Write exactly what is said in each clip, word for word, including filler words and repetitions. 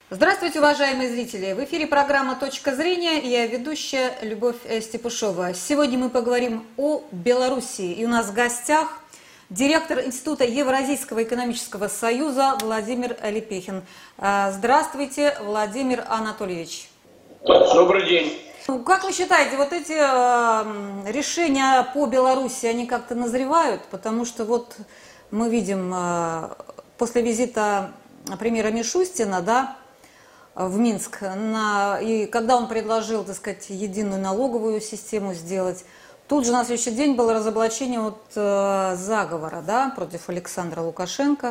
Здравствуйте, уважаемые зрители! В эфире программа «Точка зрения» и я ведущая Любовь Степушова. Сегодня мы поговорим о Белоруссии. И у нас в гостях директор Института Евразийского экономического союза Владимир Лепехин. Здравствуйте, Владимир Анатольевич. Добрый день. Как вы считаете, вот эти решения по Беларуси, они как-то назревают? Потому что вот мы видим после визита премьера Мишустина, да, в Минск, на, и когда он предложил, так сказать, единую налоговую систему сделать, тут же на следующий день было разоблачение вот, э, заговора, да, против Александра Лукашенко.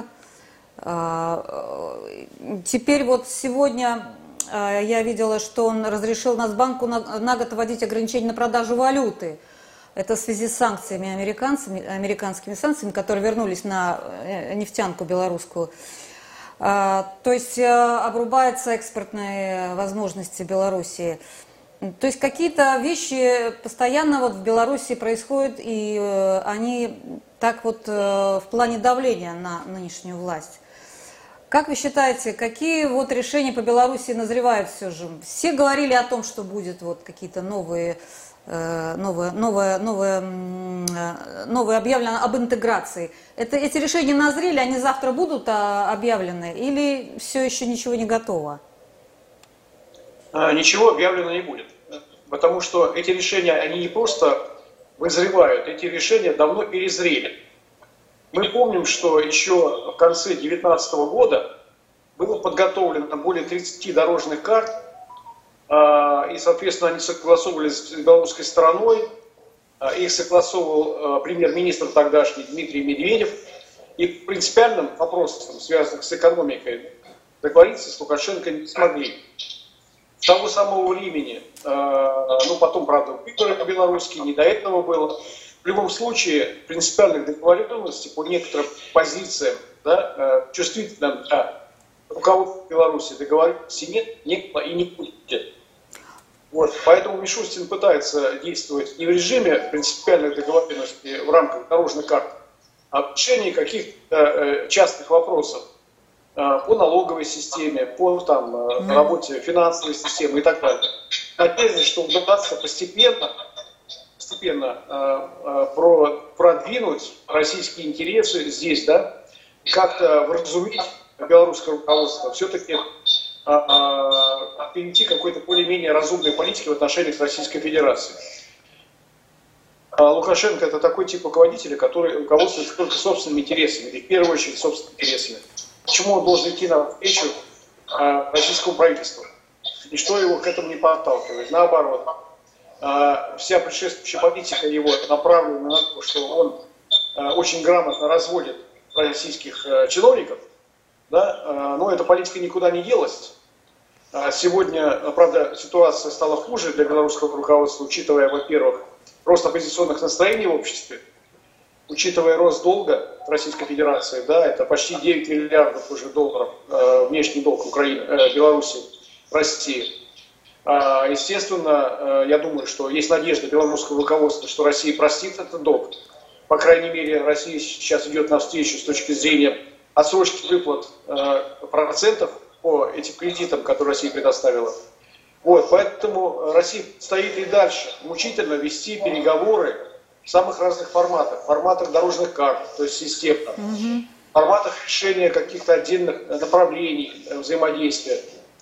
Э, теперь вот сегодня э, я видела, что он разрешил Нацбанку на, на год вводить ограничения на продажу валюты. Это в связи с санкциями американцами, американскими санкциями, которые вернулись на нефтянку белорусскую. То есть обрубаются экспортные возможности Белоруссии. То есть какие-то вещи постоянно вот в Беларуси происходят, и они так вот в плане давления на нынешнюю власть. Как вы считаете, какие вот решения по Беларуси назревают все же? Все говорили о том, что будет вот какие-то новые, новые, новые, новые, новые объявлено об интеграции. Это, эти решения назрели, они завтра будут объявлены или все еще ничего не готово? Ничего объявлено не будет, потому что эти решения, они не просто вызревают, эти решения давно перезрели. Мы помним, что еще в конце две тысячи девятнадцатого года было подготовлено более тридцати дорожных карт, и, соответственно, они согласовывались с белорусской стороной. Их согласовывал премьер-министр тогдашний Дмитрий Медведев. И принципиальным вопросом, связанным с экономикой, договориться с Лукашенко не смогли. С того самого времени, ну потом, правда, выборы белорусские, не до этого было. В любом случае, принципиальных договоренностей по некоторым позициям, да, чувствительным для руководства Беларуси договоренности нет, не было и не будет. Вот, поэтому Мишустин пытается действовать не в режиме принципиальных договоренностей в рамках дорожных карт, а в решении каких-то частных вопросов по налоговой системе, по там, mm-hmm. работе финансовой системы и так далее. Надеюсь, что удастся постепенно, постепенно э, про, продвинуть российские интересы здесь, да, как-то вразумить белорусское руководство, все-таки э, э, перейти к какой-то более-менее разумной политике в отношениях с Российской Федерацией. Лукашенко – это такой тип руководителя, который руководствуется только собственными интересами, или в первую очередь собственными интересами. Почему он должен идти навстречу э, российскому правительству? И что его к этому не подталкивает? Наоборот, э, вся предшествующая политика его направлена на то, что он э, очень грамотно разводит российских э, чиновников, да? э, но эта политика никуда не делась. Э, сегодня, правда, ситуация стала хуже для белорусского руководства, учитывая, во-первых, рост оппозиционных настроений в обществе, учитывая рост долга Российской Федерации, да, это почти девять миллиардов уже долларов э, внешний долг Украины, э, Беларуси, России. Э, естественно, э, я думаю, что есть надежда белорусского руководства, что Россия простит этот долг. По крайней мере, Россия сейчас идет навстречу с точки зрения отсрочки выплат э, процентов по этим кредитам, которые Россия предоставила. Вот, поэтому Россия стоит и дальше мучительно вести переговоры в самых разных форматах. Форматах дорожных карт, то есть системно. Mm-hmm. Форматах решения каких-то отдельных направлений взаимодействия.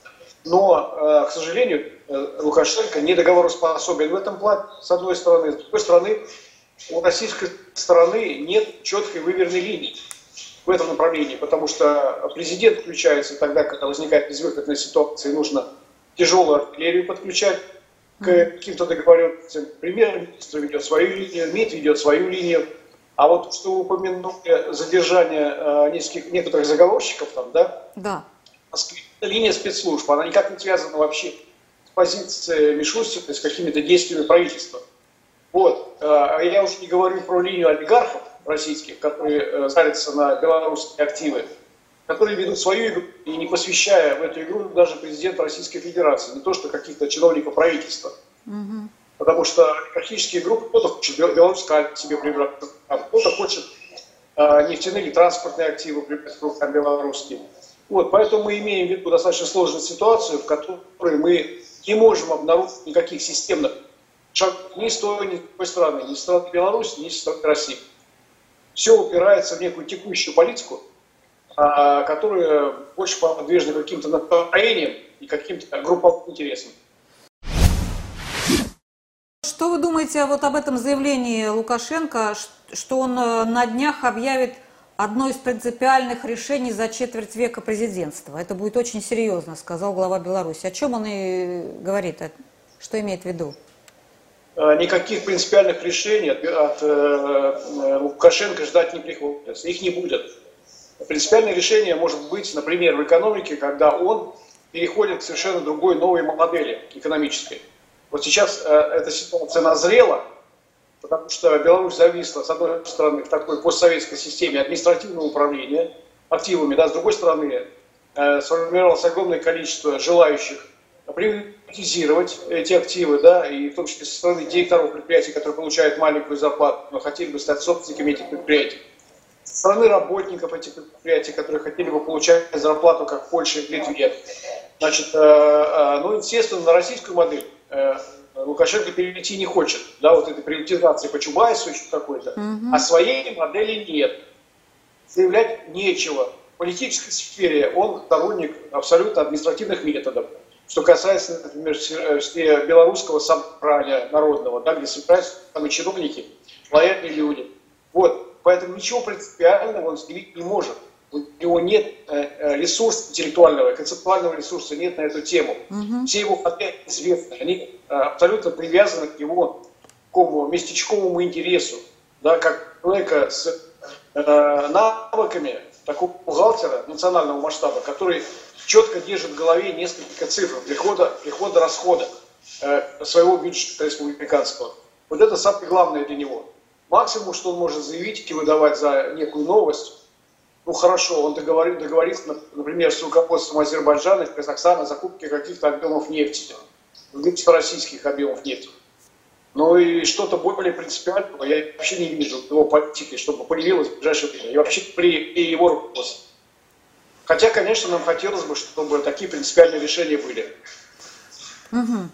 Но, к сожалению, Лукашенко не договороспособен в этом плане, с одной стороны. С другой стороны, у российской стороны нет четкой выверенной линии в этом направлении. Потому что президент включается тогда, когда возникает безвыходная ситуация, и нужно тяжелую артиллерию подключать к каким-то договоренностям. Премьер-министр ведет свою линию, МИД ведет свою линию. А вот что вы упомянули задержание э, нескольких, некоторых заговорщиков там, да? Да. Линия спецслужб, она никак не связана вообще с позицией Мишустина, с какими-то действиями правительства. Вот. Э, я уже не говорю про линию олигархов российских, которые э, зарятся на белорусские активы, которые ведут свою игру и не посвящая в эту игру даже президента Российской Федерации, не то что каких-то чиновников правительства. Угу. Потому что олигархические группы, кто-то хочет белорусское себе прибрать, кто-то хочет э, нефтяные и транспортные активы прибрать к рукам белорусским. Вот, поэтому мы имеем в виду достаточно сложную ситуацию, в которой мы не можем обнаружить никаких системных шагов ни с той, ни с другой стороны, ни со стороны Беларуси, ни со стороны России. Все упирается в некую текущую политику, которая больше подвержена каким-то настроениям и каким-то групповым интересам. Что вы думаете вот об этом заявлении Лукашенко, что он на днях объявит одно из принципиальных решений за четверть века президентства? Это будет очень серьезно, сказал глава Беларуси. О чем он и говорит? Что имеет в виду? Никаких принципиальных решений от, от э, Лукашенко ждать не приходится. Их не будет. Принципиальное решение может быть, например, в экономике, когда он переходит к совершенно другой новой модели экономической. Вот сейчас э, эта ситуация назрела, потому что Беларусь зависла, с одной стороны, в такой постсоветской системе административного управления активами, да, с другой стороны, э, сформировалось огромное количество желающих приватизировать эти активы, да, и в том числе со стороны директоров предприятий, которые получают маленькую зарплату, но хотели бы стать собственниками этих предприятий. Со стороны работников этих предприятий, которые хотели бы получать зарплату, как в Польше и в Литве. Значит, э, э, ну, естественно, на российскую модель э, Лукашенко перейти не хочет, да, вот этой приватизации по Чубайсу, еще какой-то, mm-hmm. а своей модели нет. Заявлять нечего. В политической сфере он сторонник абсолютно административных методов. Что касается, например, белорусского собрания народного, да, где собираются там и чиновники, лояльные люди. Вот. Поэтому ничего принципиального он заявить не может. У него нет э, ресурса интеллектуального, концептуального ресурса нет на эту тему. Угу. Все его модели известны, они э, абсолютно привязаны к его такому местечковому интересу. Да, как человека с э, навыками такого бухгалтера национального масштаба, который четко держит в голове несколько цифр прихода, прихода расхода э, своего бюджета республиканского. Вот это самое главное для него. Максимум, что он может заявить и выдавать за некую новость, ну хорошо, он договорит, договорится, например, с руководством Азербайджана и Казахстана о закупке каких-то объемов нефти, вместо российских объемов нефти. Ну и что-то более принципиального я вообще не вижу в его политике, чтобы появилось в ближайшее время, и вообще при, при его руководстве. Хотя, конечно, нам хотелось бы, чтобы такие принципиальные решения были. Угу.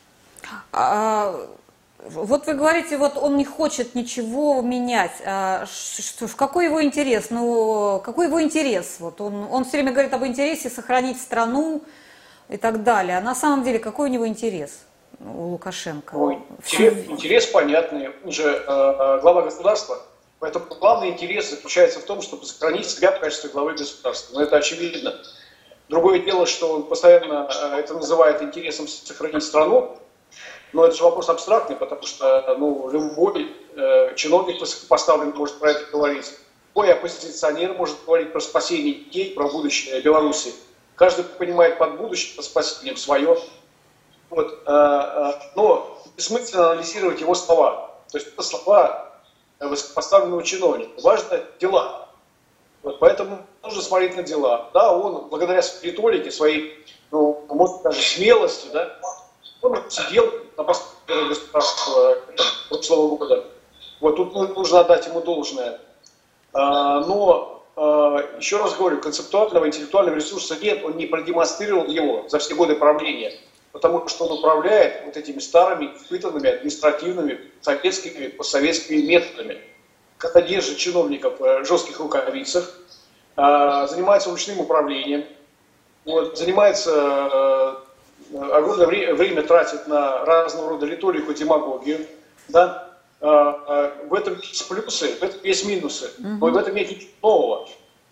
А, вот вы говорите, вот он не хочет ничего менять. А, что, какой его интерес? Ну, какой его интерес? Вот он, он все время говорит об интересе сохранить страну и так далее. А на самом деле, какой у него интерес у Лукашенко? Ну, интерес, интерес понятный. Он же э, глава государства. Поэтому главный интерес заключается в том, чтобы сохранить себя в качестве главы государства. Но это очевидно. Другое дело, что он постоянно это называет интересом сохранить страну. Но это же вопрос абстрактный, потому что ну, любой э, чиновник высокопоставленный может про это говорить. Любой оппозиционер может говорить про спасение детей, про будущее Беларуси. Каждый понимает под будущим, под спасением свое. Вот, э, э, но бессмысленно анализировать его слова. То есть это слова высокопоставленного чиновника. Важно дела. Вот, поэтому нужно смотреть на дела. Да, он благодаря своей риторике, своей, ну, может, даже смелости, да, он сидел на посту государства прошлого года. Вот тут нужно отдать ему должное. А, но, а, еще раз говорю, концептуального, интеллектуального ресурса нет, он не продемонстрировал его за все годы правления. Потому что он управляет вот этими старыми, испытанными административными, советскими, постсоветскими методами. Когда держит чиновников в жестких рукавицах, занимается ручным управлением, вот, занимается, огромное время тратит на разного рода риторику, демагогию. Да? В этом есть плюсы, в этом есть минусы, но в этом нет ничего нового.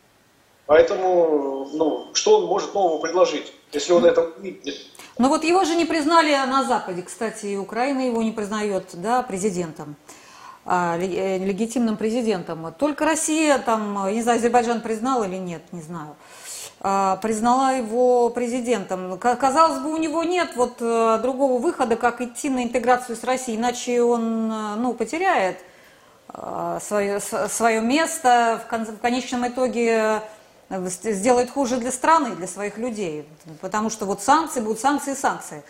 Поэтому, ну, что он может нового предложить, если он это видит? Но вот его же не признали на Западе, кстати, и Украина его не признает, да, президентом, а, легитимным президентом. Только Россия, там, не знаю, Азербайджан признал или нет, не знаю, а, признала его президентом. Казалось бы, у него нет вот другого выхода, как идти на интеграцию с Россией, иначе он, ну, потеряет свое, свое место, в конечном итоге сделает хуже для страны, для своих людей, потому что вот санкции будут санкции, санкции.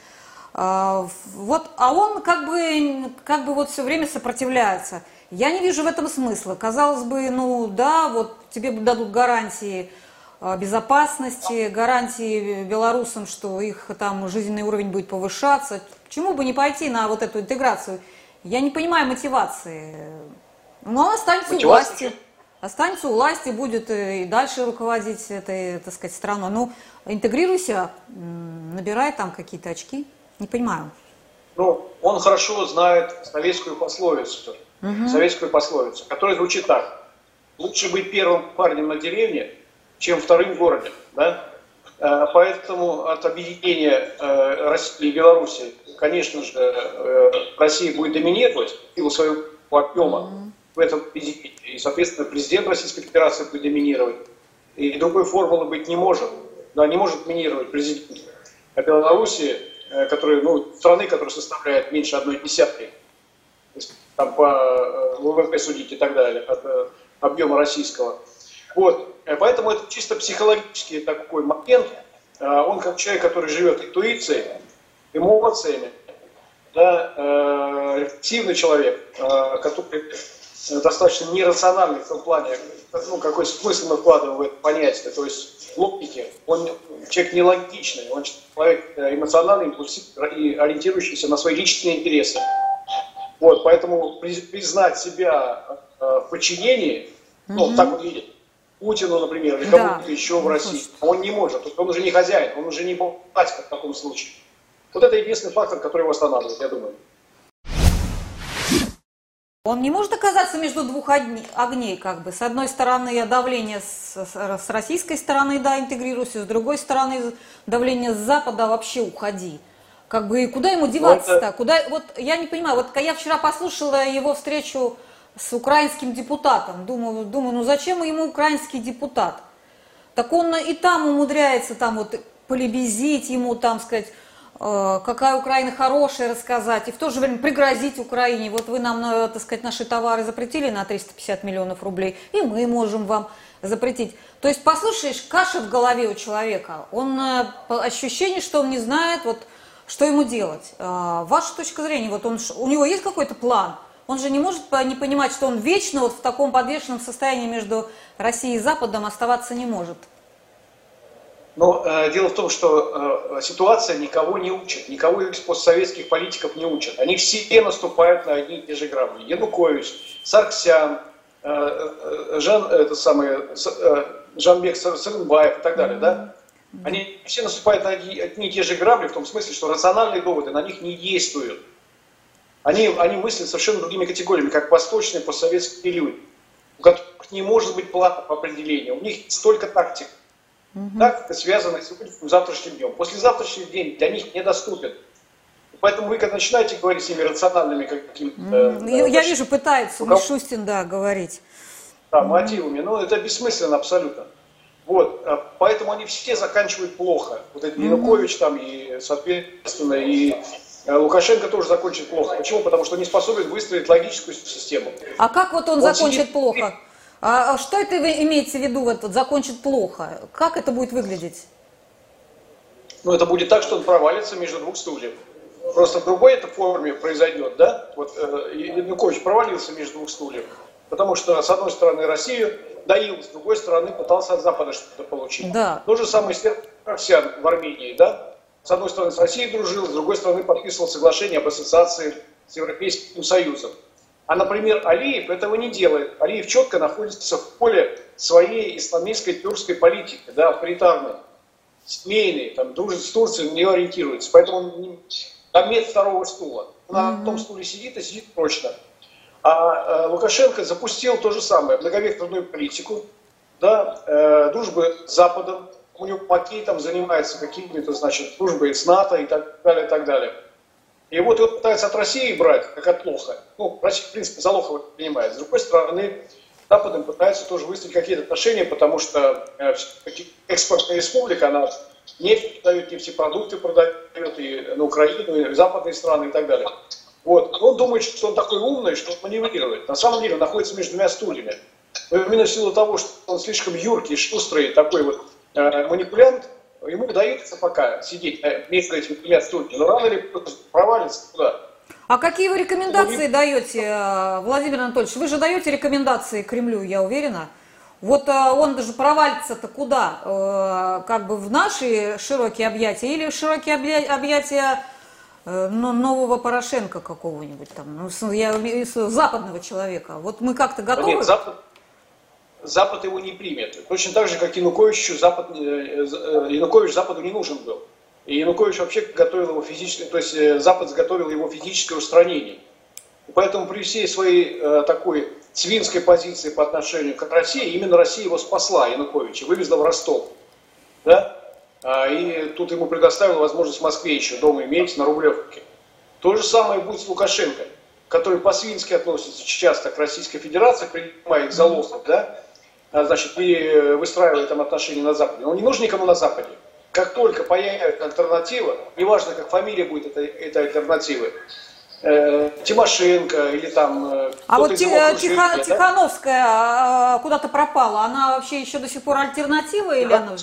Вот, а он как бы, как бы вот все время сопротивляется. Я не вижу в этом смысла. Казалось бы, ну да, вот тебе дадут гарантии безопасности, гарантии белорусам, что их там жизненный уровень будет повышаться. Почему бы не пойти на вот эту интеграцию? Я не понимаю мотивации. Но он останется у власти. Останется у власти, будет и дальше руководить этой, так сказать, страной. Ну, интегрируйся, набирай там какие-то очки. Не понимаю. Ну, он хорошо знает советскую пословицу, угу. советскую пословицу, которая звучит так. Лучше быть первым парнем на деревне, чем вторым в городе. Да? Поэтому от объединения России и Беларуси, конечно же, Россия будет доминировать в силу своего объема mm-hmm. в этом объединении. И, соответственно, президент Российской Федерации будет доминировать. И другой формулы быть не может. Да, не может доминировать президент. А Беларуси, которая, ну, страны, которая составляет меньше одной десятой, там по ВВП судить и так далее, от объема российского. Вот. Поэтому это чисто психологический такой момент. Он как человек, который живет интуицией, эмоциями, да, э, рефлексивный человек, э, который достаточно нерациональный в том плане, ну, какой смысл мы вкладываем в это понятие, то есть логики. Он человек нелогичный, он человек эмоциональный, импульсивный и ориентирующийся на свои личные интересы. Вот, поэтому признать себя в подчинении, ну, mm-hmm. так он видит, Путину, например, или кому-то да. еще в России, он не может, он уже не хозяин, он уже не батька в таком случае. Вот это единственный фактор, который его останавливает, я думаю. Он не может оказаться между двух огней, как бы. С одной стороны, давление с, с российской стороны, да, интегрируйся, с другой стороны, давление с Запада, вообще уходи. Как бы, куда ему деваться-то? Это... Куда... Вот я не понимаю, вот я вчера послушала его встречу с украинским депутатом. Думаю, думаю, ну зачем ему украинский депутат? Так он и там умудряется там вот полебезить ему, там сказать, э, какая Украина хорошая, рассказать, и в то же время пригрозить Украине. Вот вы нам, так сказать, наши товары запретили на триста пятьдесят миллионов рублей, и мы можем вам запретить. То есть, послушаешь, каша в голове у человека. Он, э, ощущение, что он не знает, вот, что ему делать. Э, ваша точка зрения, вот он, у него есть какой-то план? Он же не может не понимать, что он вечно вот в таком подвешенном состоянии между Россией и Западом оставаться не может. Но э, дело в том, что э, ситуация никого не учит, никого из постсоветских политиков не учат. Они все наступают на одни и те же грабли. Янукович, Сарксян, э, э, Жан, это самое, э, Жанбек Сагынбаев и так далее. Mm-hmm. Да? Они все наступают на одни, одни и те же грабли в том смысле, что рациональные доводы на них не действуют. Они, они мыслят совершенно другими категориями, как восточные постсоветские люди, у которых не может быть плана по определению. У них столько тактик. Угу. Тактика связана с завтрашним днем. Послезавтрашний день для них недоступен. Поэтому вы, когда начинаете говорить с ними рациональными какими-то... Mm. Э, Я вижу, пытается рукав... Мишустин, да, говорить. Да, мотивами. Mm. Но это бессмысленно абсолютно. Вот. Поэтому они все заканчивают плохо. Вот этот mm. Янукович там и, соответственно, и... Лукашенко тоже закончит плохо. Почему? Потому что не способен выстроить логическую систему. А как вот он, он закончит сидит... плохо? А что это вы имеете в виду, вот, вот, закончит плохо? Как это будет выглядеть? Ну, это будет так, что он провалится между двух стульев. Просто в другой этой форме произойдет, да? Вот э, Янукович провалился между двух стульев. Потому что, с одной стороны, Россию доил, с другой стороны, пытался от Запада что-то получить. Да. То же самое с Сарксян в Армении, да? С одной стороны, с Россией дружил, с другой стороны, подписывал соглашение об ассоциации с Европейским Союзом. А, например, Алиев этого не делает. Алиев четко находится в поле своей исламистской тюркской политики, да, авторитарной, семейной, там, дружит с Турцией, на нее ориентируется. Поэтому он там нет второго стула. Он mm-hmm. на том стуле сидит и сидит прочно. А э, Лукашенко запустил то же самое, многовекторную политику, да, э, дружбы с Западом. У него Макей там занимается какими-то, значит, дружбой с НАТО и так далее, и так далее. И вот его пытаются от России брать, как от лоха. Ну, Россия, в принципе, за лоха принимает. С другой стороны, Западом пытаются тоже выстроить какие-то отношения, потому что э, экспортная республика, она нефть продает, нефтепродукты продает и на Украину, и в западные страны и так далее. Вот. Он думает, что он такой умный, что он маневрирует. На самом деле он находится между двумя стульями. Но именно в силу того, что он слишком юркий, шустрый, такой вот манипулянт, ему удается пока сидеть между этими двумя стульями, но рано или поздно провалится туда. А какие вы рекомендации ну, даете, Владимир Анатольевич? Вы же даете рекомендации Кремлю, я уверена. Вот он даже провалится-то куда? Как бы в наши широкие объятия или в широкие объятия нового Порошенко какого-нибудь там, ну, я, западного человека? Вот мы как-то готовы? Нет, Запад, Запад его не примет. Точно так же, как Януковичу, Запад, Янукович Западу не нужен был. И Янукович вообще готовил его физически, то есть Запад заготовил его физическое устранение. И поэтому при всей своей э, такой свинской позиции по отношению к России, именно Россия его спасла, Януковича, вывезла в Ростов. Да? А, и тут ему предоставила возможность в Москве еще дома иметь на Рублевке. То же самое будет с Лукашенко, который по-свински относится часто к Российской Федерации, принимая их за лозунг, да? А, значит, и выстраивает там отношения на Западе. Он не нужен никому на Западе. Как только появится альтернатива, неважно, как фамилия будет этой, этой альтернативы, э, Тимошенко или там... Э, а вот Тиха, Тиха, да? Тихановская куда-то пропала, она вообще еще до сих пор альтернатива или она...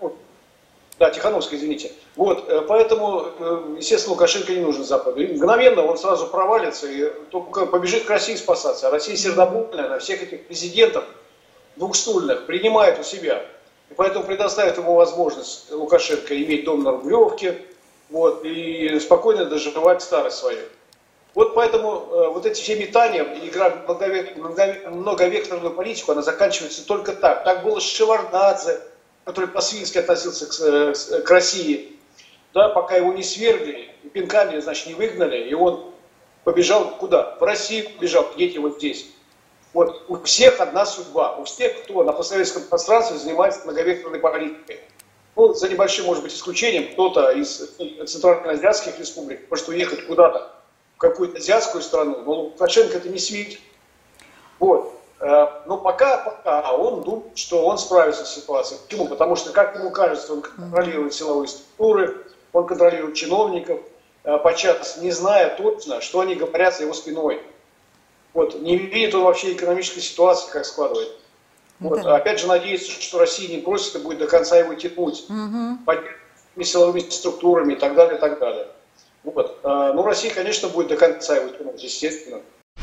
Да, Тихановская, извините. Вот, э, поэтому, э, естественно, Лукашенко не нужен Западу. И мгновенно он сразу провалится и только побежит к России спасаться. А Россия сердобольная на всех этих президентов двухстульных принимает у себя. И поэтому предоставит ему возможность Лукашенко иметь дом на Рублевке, вот, и спокойно доживать старость свою. Вот поэтому э, вот эти все метания, игра в многовек, многовекторную политику, она заканчивается только так. Так было с Шеварднадзе, который по-свински относился к, к России, да, пока его не свергли, пинками, значит, не выгнали, и он побежал куда? В Россию побежал, дети вот здесь. Вот у всех одна судьба, у всех, кто на постсоветском пространстве занимается многовекторной политикой. Ну, за небольшим, может быть, исключением, кто-то из центральноазиатских республик может уехать куда-то, в какую-то азиатскую страну, но Лукашенко это не свит. Вот. Но пока, пока он думает, что он справится с ситуацией. Почему? Потому что, как ему кажется, он контролирует силовые структуры, он контролирует чиновников, подчас не зная точно, что они говорят за его спиной. Вот. Не видит он вообще экономической ситуации, как складывает. Вот. Да. Опять же, надеется, что Россия не бросит и будет до конца его тянуть. Угу. Под силовыми структурами и так далее, и так далее. Вот. Ну, Россия, конечно, будет до конца его тянуть, естественно.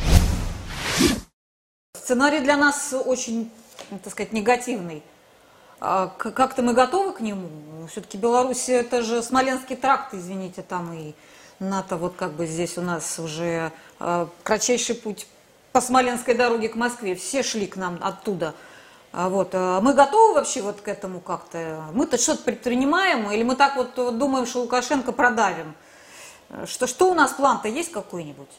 Сценарий для нас очень, так сказать, негативный. Как-то мы готовы к нему? Все-таки Беларусь, это же Смоленский тракт, извините, там и НАТО, вот как бы здесь у нас уже кратчайший путь по Смоленской дороге к Москве. Все шли к нам оттуда. Вот. Мы готовы вообще вот к этому как-то? Мы-то что-то предпринимаем? Или мы так вот, вот думаем, что Лукашенко продавим? Что, что у нас план-то есть какой-нибудь?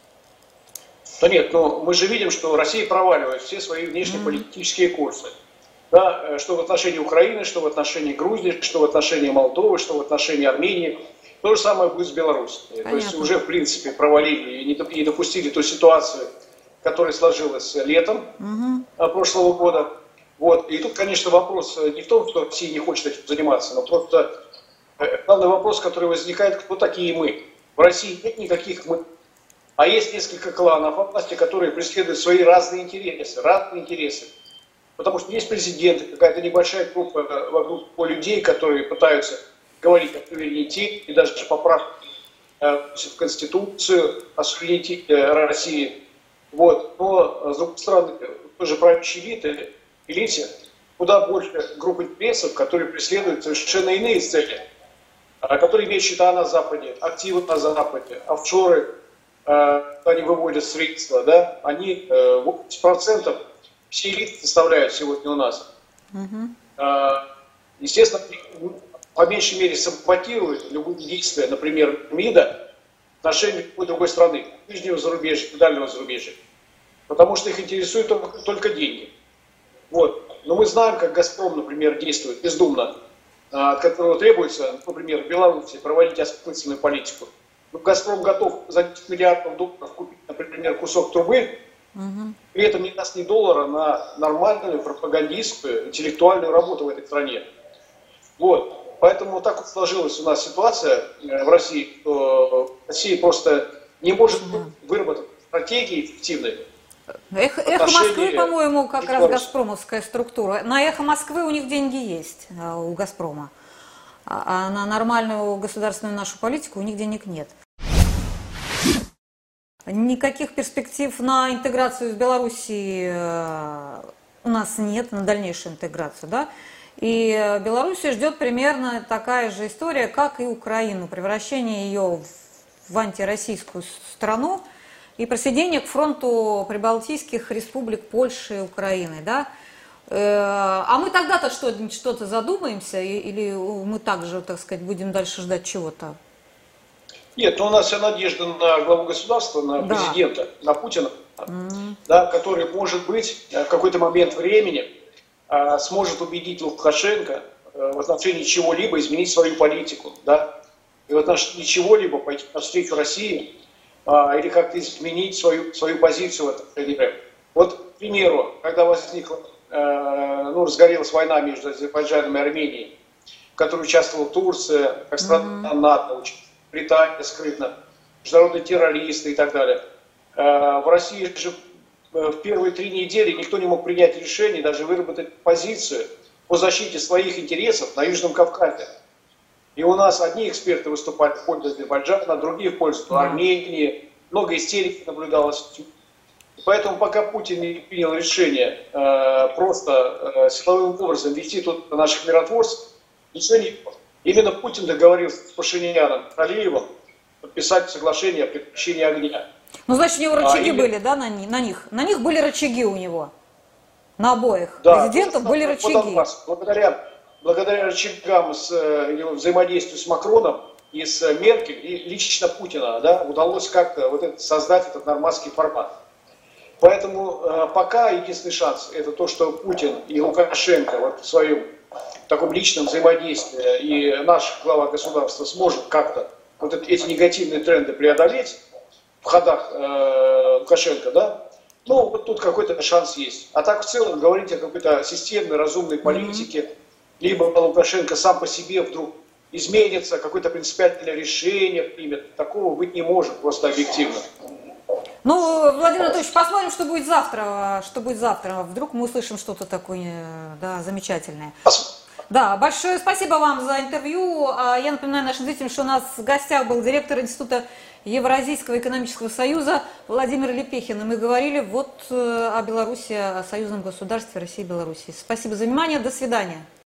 Да нет, но мы же видим, что Россия проваливает все свои внешнеполитические курсы. Да, что в отношении Украины, что в отношении Грузии, что в отношении Молдовы, что в отношении Армении. То же самое будет с Белоруссией. То есть уже, в принципе, провалили и не допустили ту ситуацию, которая сложилась летом угу. прошлого года. Вот. И тут, конечно, вопрос не в том, что Россия не хочет этим заниматься, но просто главный вопрос, который возникает, кто такие мы. В России нет никаких мы. А есть несколько кланов во власти, которые преследуют свои разные интересы, разные интересы. Потому что есть президенты, какая-то небольшая группа вокруг людей, которые пытаются говорить о суверенитете и даже поправки в Конституцию о суверенитете России. Вот. Но, с другой стороны, тоже правящие элиты, элите куда больше групп интересов, которые преследуют совершенно иные цели, которые имеют счета на Западе, активы на Западе, офшоры, они выводят средства, да, они восемьдесят процентов все элиты составляют сегодня у нас. Угу. Естественно, по меньшей мере саботируют любые действия, например, МИДа в отношении любой другой страны, ближнего зарубежья, дальнего зарубежья. Потому что их интересуют только, только деньги. Вот. Но мы знаем, как «Газпром», например, действует бездумно, от которого требуется, например, в Беларуси проводить осмысленную политику. Но «Газпром» готов за десять миллиардов долларов купить, например, кусок трубы, угу. при этом не даст ни доллара на нормальную пропагандистскую, интеллектуальную работу в этой стране. Вот. Поэтому вот так вот сложилась у нас ситуация в России, что Россия просто не может выработать стратегии эффективной. Эхо, эхо Москвы, по-моему, как раз газпромовская структура. На эхо Москвы у них деньги есть, у «Газпрома». А на нормальную государственную нашу политику у них денег нет. Никаких перспектив на интеграцию с Белоруссией у у нас нет на дальнейшую интеграцию, да. И Белоруссию ждет примерно такая же история, как и Украину, превращение ее в антироссийскую страну и присоединение к фронту прибалтийских республик Польши и Украины, да. А мы тогда-то что, что-то задумаемся или мы также, так сказать, будем дальше ждать чего-то? Нет, ну у нас вся надежда на главу государства, на да. президента, на Путина, mm. да, который, может быть, в какой-то момент времени а, сможет убедить Лукашенко а, в отношении чего-либо изменить свою политику, да, и в отношении чего-либо пойти навстречу России а, или как-то изменить свою, свою позицию в этом. Вот, к примеру, когда возникла, а, ну, разгорелась война между Азербайджаном и Арменией, в которой участвовала Турция, как страна mm-hmm. НАТО, Британия скрытно, международные террористы и так далее. В России же в первые три недели никто не мог принять решение, даже выработать позицию по защите своих интересов на Южном Кавказе. И у нас одни эксперты выступали в пользу Азербайджана, другие в пользу Армении. Много истерики наблюдалось. Поэтому пока Путин не принял решение просто силовым образом вести тут наших миротворцев, ничего не было. Именно Путин договорился с Пашиняном, Алиевым подписать соглашение о прекращении огня. Ну, значит, у него рычаги а, были, именно... да, на, на них? На них были рычаги у него, на обоих да, президентов были рычаги. Благодаря, благодаря рычагам с, его взаимодействию с Макроном и с Меркель, и лично Путина, да, удалось как-то вот это, создать этот нормандский формат. Поэтому э, пока единственный шанс это то, что Путин и Лукашенко вот в своем в таком личном взаимодействии, и наш глава государства сможет как-то вот эти негативные тренды преодолеть в ходах э, Лукашенко, да, ну, вот тут какой-то шанс есть. А так в целом говорить о какой-то системной, разумной политике, mm-hmm. либо Лукашенко сам по себе вдруг изменится, какое-то принципиальное решение примет, такого быть не может, просто объективно. Ну, Владимир Анатольевич, посмотрим, что будет завтра, что будет завтра. Вдруг мы услышим что-то такое, да, замечательное. Да, большое спасибо вам за интервью. Я напоминаю нашим зрителям, что у нас в гостях был директор Института Евразийского экономического союза Владимир Лепехин. И мы говорили вот о Беларуси, о союзном государстве России и Беларуси. Спасибо за внимание, до свидания.